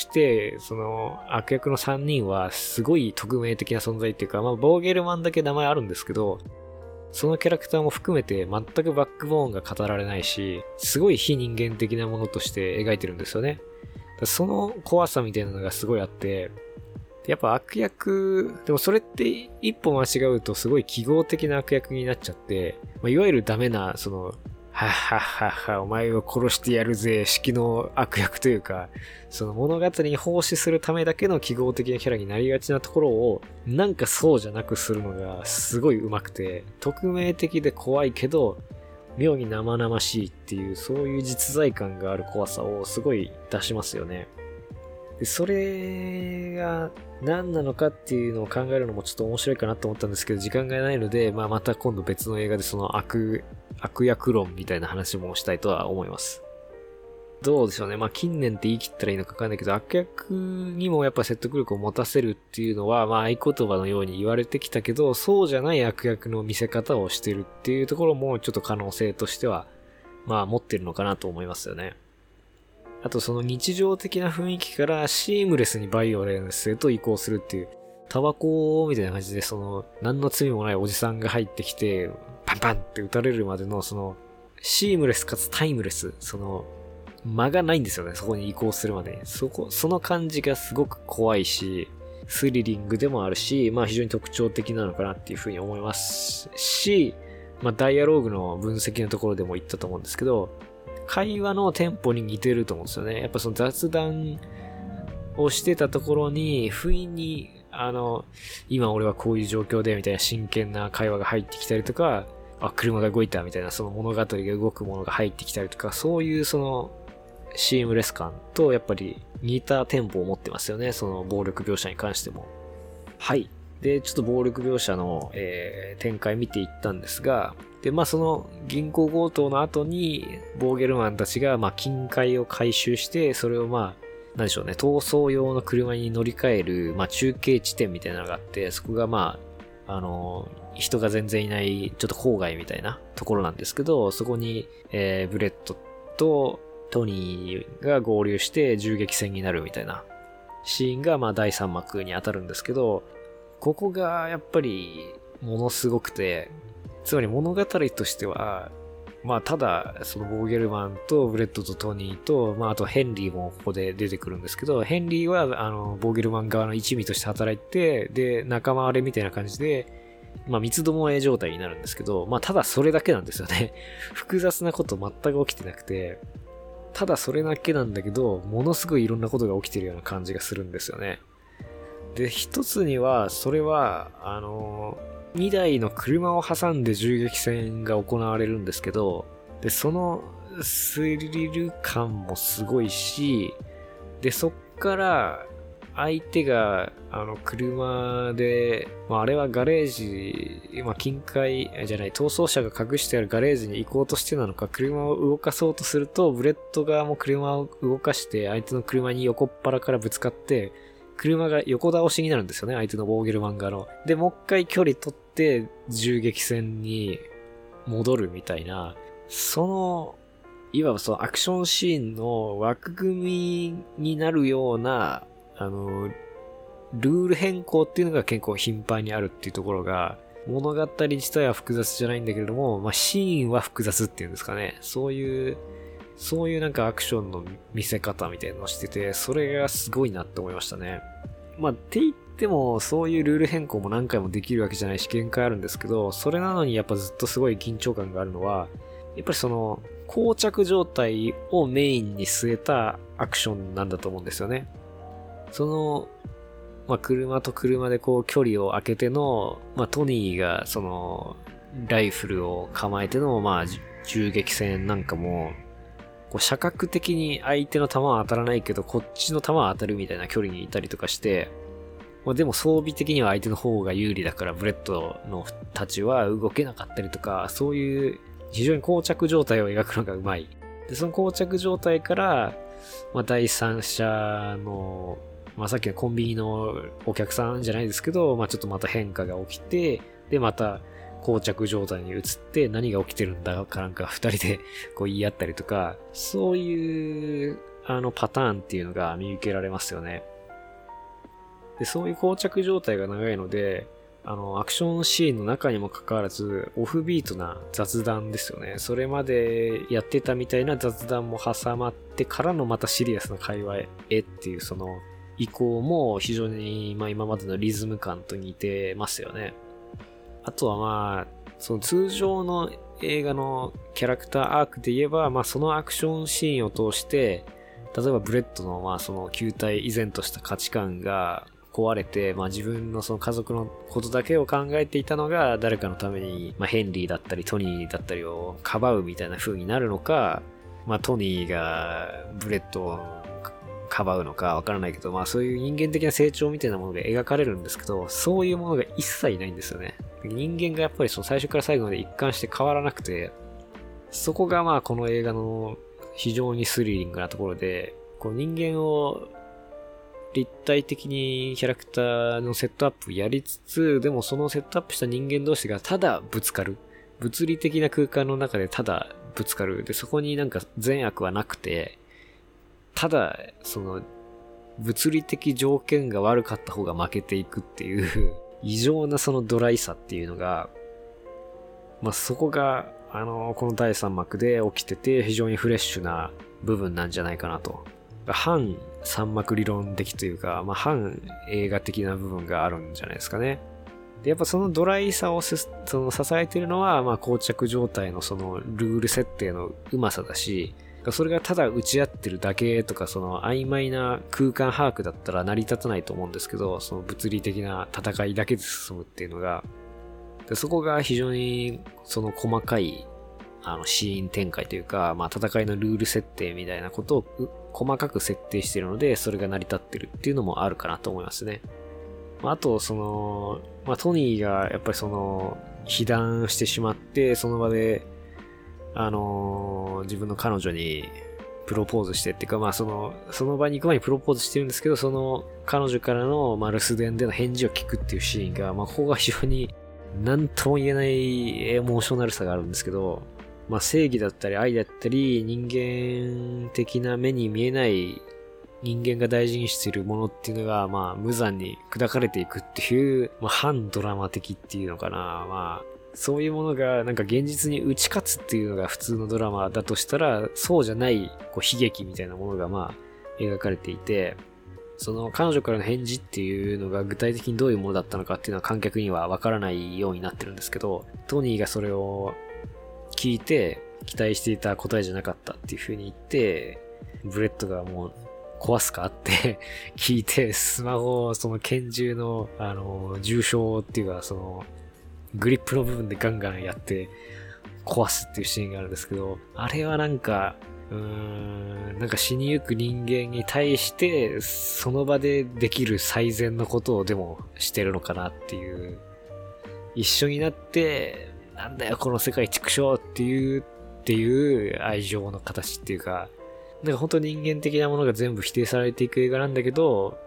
その悪役の3人はすごい匿名的な存在っていうか、ボーゲルマンだけ名前あるんですけど、そのキャラクターも含めて全くバックボーンが語られないし、すごい非人間的なものとして描いてるんですよね。その怖さみたいなのがすごいあって、やっぱ悪役、でもそれって一歩間違うとすごい記号的な悪役になっちゃって、いわゆるダメな、はっはっはっは、お前を殺してやるぜ、式の悪役というか、その物語に奉仕するためだけの記号的なキャラになりがちなところを、なんかそうじゃなくするのがすごい上手くて、匿名的で怖いけど、妙に生々しいっていう、そういう実在感がある怖さをすごい出しますよね。で、それが何なのかっていうのを考えるのもちょっと面白いかなと思ったんですけど、時間がないので、また今度別の映画でその悪役論みたいな話もしたいとは思います。どうでしょうね。近年って言い切ったらいいのかわかんないけど、悪役にもやっぱ説得力を持たせるっていうのは、合言葉のように言われてきたけど、そうじゃない悪役の見せ方をしてるっていうところもちょっと可能性としては、持ってるのかなと思いますよね。あとその日常的な雰囲気からシームレスにバイオレンスへと移行するっていう、タバコみたいな感じで何の罪もないおじさんが入ってきて、パンパンって撃たれるまでのシームレスかつタイムレス、間がないんですよね、そこに移行するまでに。その感じがすごく怖いし、スリリングでもあるし、非常に特徴的なのかなっていうふうに思いますし、ダイアローグの分析のところでも言ったと思うんですけど、会話のテンポに似てると思うんですよね。やっぱその雑談をしてたところに、不意に、今俺はこういう状況で、みたいな真剣な会話が入ってきたりとか、車が動いたみたいな、その物語が動くものが入ってきたりとか、そういうシームレス感とやっぱり似たテンポを持ってますよね。その暴力描写に関しても。はい。で、ちょっと暴力描写の、展開見ていったんですが、で、その銀行強盗の後に、ボーゲルマンたちが、金塊を回収して、それをなんでしょうね、逃走用の車に乗り換える、中継地点みたいなのがあって、そこが人が全然いない、ちょっと郊外みたいなところなんですけど、そこに、ブレッドとトニーが合流して銃撃戦になるみたいなシーンが、第3幕に当たるんですけど、ここがやっぱりものすごくて、つまり物語としては、ただ、そのボーゲルマンとブレッドとトニーと、あとヘンリーもここで出てくるんですけど、ヘンリーは、ボーゲルマン側の一味として働いて、で、仲間割れみたいな感じで、三つどもえ状態になるんですけど、ただそれだけなんですよね。複雑なこと全く起きてなくて、ただそれだけなんだけど、ものすごいいろんなことが起きてるような感じがするんですよね。で、一つには、それは、2台の車を挟んで銃撃戦が行われるんですけど、で、そのスリル感もすごいし、で、そっから相手が車で、あれはガレージ、近海じゃない、逃走車が隠してあるガレージに行こうとしてなのか、車を動かそうとすると、ブレッド側も車を動かして相手の車に横っ腹からぶつかって、車が横倒しになるんですよね、相手のボーゲルマン側の。で、もう一回距離取って銃撃戦に戻るみたいな、いわばそのアクションシーンの枠組みになるような、ルール変更っていうのが結構頻繁にあるっていうところが、物語自体は複雑じゃないんだけれども、シーンは複雑っていうんですかね。そういうなんかアクションの見せ方みたいなのをしてて、それがすごいなって思いましたね。って言っても、そういうルール変更も何回もできるわけじゃないし、限界あるんですけど、それなのにやっぱずっとすごい緊張感があるのは、やっぱり膠着状態をメインに据えたアクションなんだと思うんですよね。車と車でこう距離を空けての、トニーがライフルを構えての、銃撃戦なんかも、射角的に相手の弾は当たらないけど、こっちの弾は当たるみたいな距離にいたりとかして、でも装備的には相手の方が有利だから、ブレッドのたちは動けなかったりとか、そういう非常に膠着状態を描くのがうまい。で、その膠着状態から、第三者の、さっきのコンビニのお客さんじゃないですけど、ちょっとまた変化が起きて、で、また、膠着状態に移って何が起きてるんだかなんか二人でこう言い合ったりとか、そういうパターンっていうのが見受けられますよね。で、そういう膠着状態が長いので、アクションシーンの中にもかかわらず、オフビートな雑談ですよね。それまでやってたみたいな雑談も挟まってからのまたシリアスな会話へっていう移行も非常に今までのリズム感と似てますよね。あとは通常の映画のキャラクターアークで言えば、そのアクションシーンを通して、例えばブレッドの球体依然とした価値観が壊れて、自分の家族のことだけを考えていたのが誰かのために、ヘンリーだったりトニーだったりをかばうみたいな風になるのか、トニーがブレッドをかばうのかわからないけど、まあそういう人間的な成長みたいなもので描かれるんですけど、そういうものが一切ないんですよね。人間がやっぱりその最初から最後まで一貫して変わらなくて、そこがまあこの映画の非常にスリリングなところで、こう人間を立体的にキャラクターのセットアップやりつつ、でもそのセットアップした人間同士がただぶつかる。物理的な空間の中でただぶつかる。で、そこになんか善悪はなくて、ただ、その、物理的条件が悪かった方が負けていくっていう異常なそのドライさっていうのが、まあ、そこが、この第3幕で起きてて非常にフレッシュな部分なんじゃないかなと。反3幕理論的というか、まあ、反映画的な部分があるんじゃないですかね。で、やっぱそのドライさを支えているのは、まあ、膠着状態のそのルール設定のうまさだし、それがただ打ち合ってるだけとか、その曖昧な空間把握だったら成り立たないと思うんですけど、その物理的な戦いだけで進むっていうのが、でそこが非常にその細かいシーン展開というか、まあ戦いのルール設定みたいなことを細かく設定しているので、それが成り立ってるっていうのもあるかなと思いますね。あと、まあトニーがやっぱり被弾してしまって、その場で、自分の彼女にプロポーズしてっていうか、まあその場に行く前にプロポーズしてるんですけど、その彼女からの、まあ、留守電での返事を聞くっていうシーンが、まあここが非常に何とも言えないエモーショナルさがあるんですけど、まあ正義だったり愛だったり、人間的な目に見えない人間が大事にしているものっていうのが、まあ無残に砕かれていくっていう、まあ反ドラマ的っていうのかな。まあ、そういうものがなんか現実に打ち勝つっていうのが普通のドラマだとしたら、そうじゃないこう悲劇みたいなものがまあ描かれていて、その彼女からの返事っていうのが具体的にどういうものだったのかっていうのは観客にはわからないようになってるんですけど、トニーがそれを聞いて期待していた答えじゃなかったっていう風に言って、ブレッドがもう壊すかって聞いて、スマホをその拳銃の重傷っていうかグリップの部分でガンガンやって壊すっていうシーンがあるんですけど、あれはなんか死にゆく人間に対してその場でできる最善のことをでもしてるのかなっていう、一緒になってなんだよこの世界畜生っていう愛情の形っていうか、なんか本当に人間的なものが全部否定されていく映画なんだけど、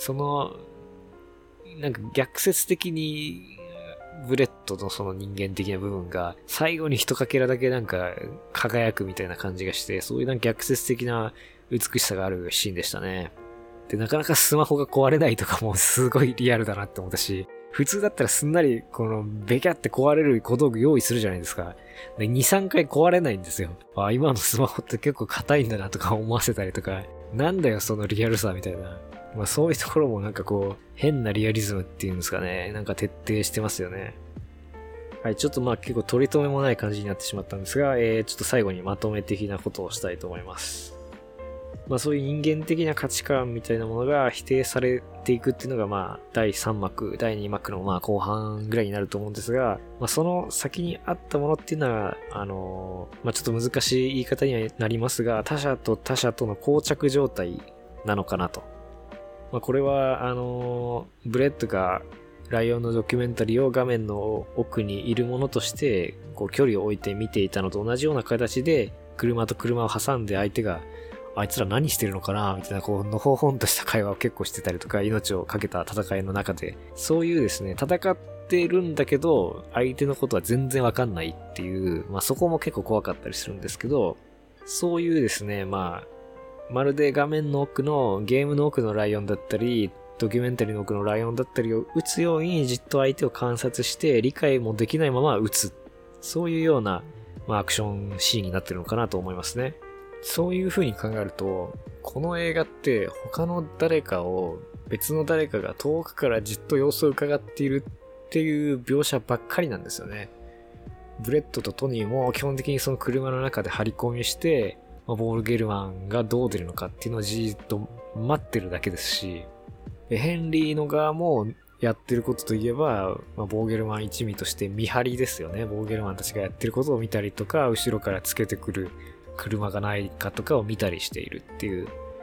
なんか逆説的にブレッドのその人間的な部分が最後に一かけらだけなんか輝くみたいな感じがして、そういうなんか逆説的な美しさがあるシーンでしたね。で、なかなかスマホが壊れないとかもすごいリアルだなって思ったし、普通だったらすんなりベキャって壊れる小道具用意するじゃないですか。で、2、3回壊れないんですよ。あ、今のスマホって結構硬いんだなとか思わせたりとか、なんだよそのリアルさみたいな。まあそういうところもなんか変なリアリズムっていうんですかね。なんか徹底してますよね。はい、ちょっとまあ結構取り留めもない感じになってしまったんですが、ちょっと最後にまとめ的なことをしたいと思います。まあそういう人間的な価値観みたいなものが否定されていくっていうのがまあ第3幕、第2幕のまあ後半ぐらいになると思うんですが、まあその先にあったものっていうのは、まあちょっと難しい言い方にはなりますが、他者と他者との膠着状態なのかなと。まあこれはブレッドがライオンのドキュメンタリーを画面の奥にいるものとして距離を置いて見ていたのと同じような形で、車と車を挟んで相手があいつら何してるのかなみたいなのほほんとした会話を結構してたりとか、命をかけた戦いの中でそういうですね、戦ってるんだけど相手のことは全然わかんないっていう、まあそこも結構怖かったりするんですけど、そういうですね、まるで画面の奥のゲームの奥のライオンだったりドキュメンタリーの奥のライオンだったりを撃つようにじっと相手を観察して理解もできないまま撃つ、そういうような、まあ、アクションシーンになってるのかなと思いますね。そういう風に考えると、この映画って他の誰かを別の誰かが遠くからじっと様子を伺っているっていう描写ばっかりなんですよね。ブレッドとトニーも基本的にその車の中で張り込みして、ボールゲルマンがどう出るのかっていうのをじーっと待ってるだけですし、ヘンリーの側もやってることといえば、ボーゲルマン一味として見張りですよね。ボーゲルマンたちがやってることを見たりとか、後ろからつけてくる車がないかとかを見たりしているっていう、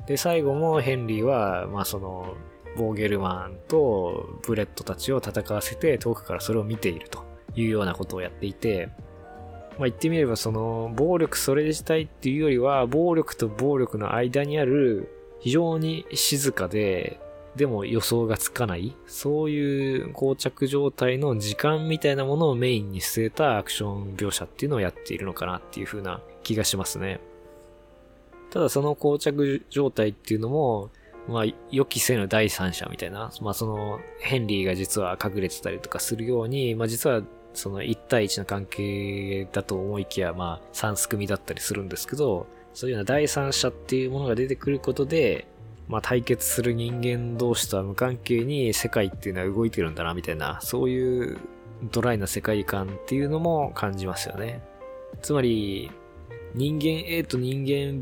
で、最後もヘンリーは、まあその、ボーゲルマンとブレットたちを戦わせて遠くからそれを見ているというようなことをやっていて、まあ言ってみればその、暴力それ自体っていうよりは、暴力と暴力の間にある非常に静かで、でも予想がつかない、そういう膠着状態の時間みたいなものをメインに据えたアクション描写っていうのをやっているのかなっていう風な気がしますね。ただその膠着状態っていうのも、まあ予期せぬ第三者みたいな、まあそのヘンリーが実は隠れてたりとかするように、まあ実はその1対1の関係だと思いきや、まあ3すくみだったりするんですけど、そういうような第三者っていうものが出てくることで、まあ対決する人間同士とは無関係に世界っていうのは動いてるんだなみたいな、そういうドライな世界観っていうのも感じますよね。つまり人間 A と人間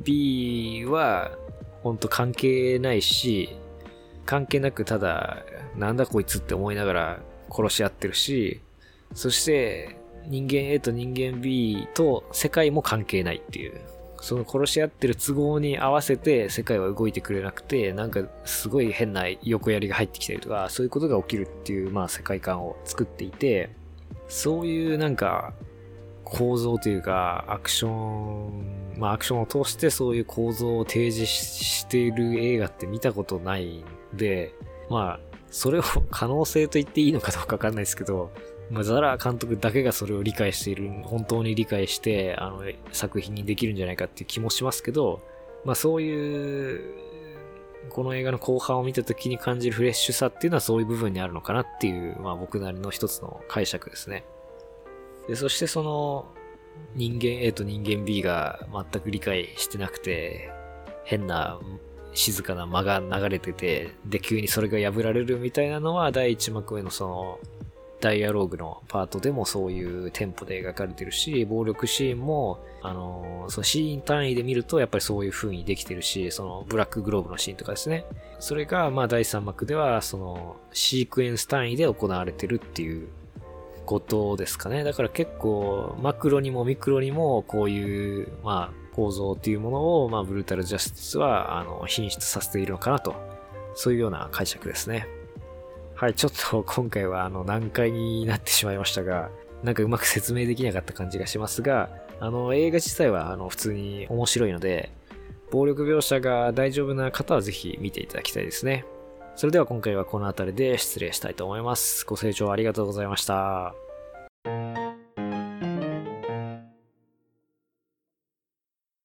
B は本当関係ないし、関係なくただなんだこいつって思いながら殺し合ってるし、そして人間 A と人間 B と世界も関係ないっていう、その殺し合ってる都合に合わせて世界は動いてくれなくて、なんかすごい変な横やりが入ってきたりとか、そういうことが起きるっていう、まあ世界観を作っていて、そういうなんか構造というかアクション、まあアクションを通してそういう構造を提示している映画って見たことないんで、まあそれを可能性と言っていいのかどうかわかんないですけど、まあ、ザラー監督だけがそれを理解している、本当に理解して、作品にできるんじゃないかっていう気もしますけど、まあそういう、この映画の後半を見た時に感じるフレッシュさっていうのはそういう部分にあるのかなっていう、まあ僕なりの一つの解釈ですね。で、そしてその、人間 A と人間 B が全く理解してなくて、変な静かな間が流れてて、で、急にそれが破られるみたいなのは第一幕目のその、ダイアローグのパートでもそういうテンポで描かれてるし、暴力シーンも、そのシーン単位で見るとやっぱりそういう風にできてるし、そのブラックグローブのシーンとかですね。それがまあ第3幕ではそのシークエンス単位で行われてるっていうことですかね。だから結構マクロにもミクロにもこういうまあ構造っていうものをまあブルータルジャスティスは品質させているのかなと、そういうような解釈ですね。はい、ちょっと今回は難解になってしまいましたが、なんかうまく説明できなかった感じがしますが、映画自体は普通に面白いので、暴力描写が大丈夫な方はぜひ見ていただきたいですね。それでは今回はこの辺りで失礼したいと思います。ご清聴ありがとうございました。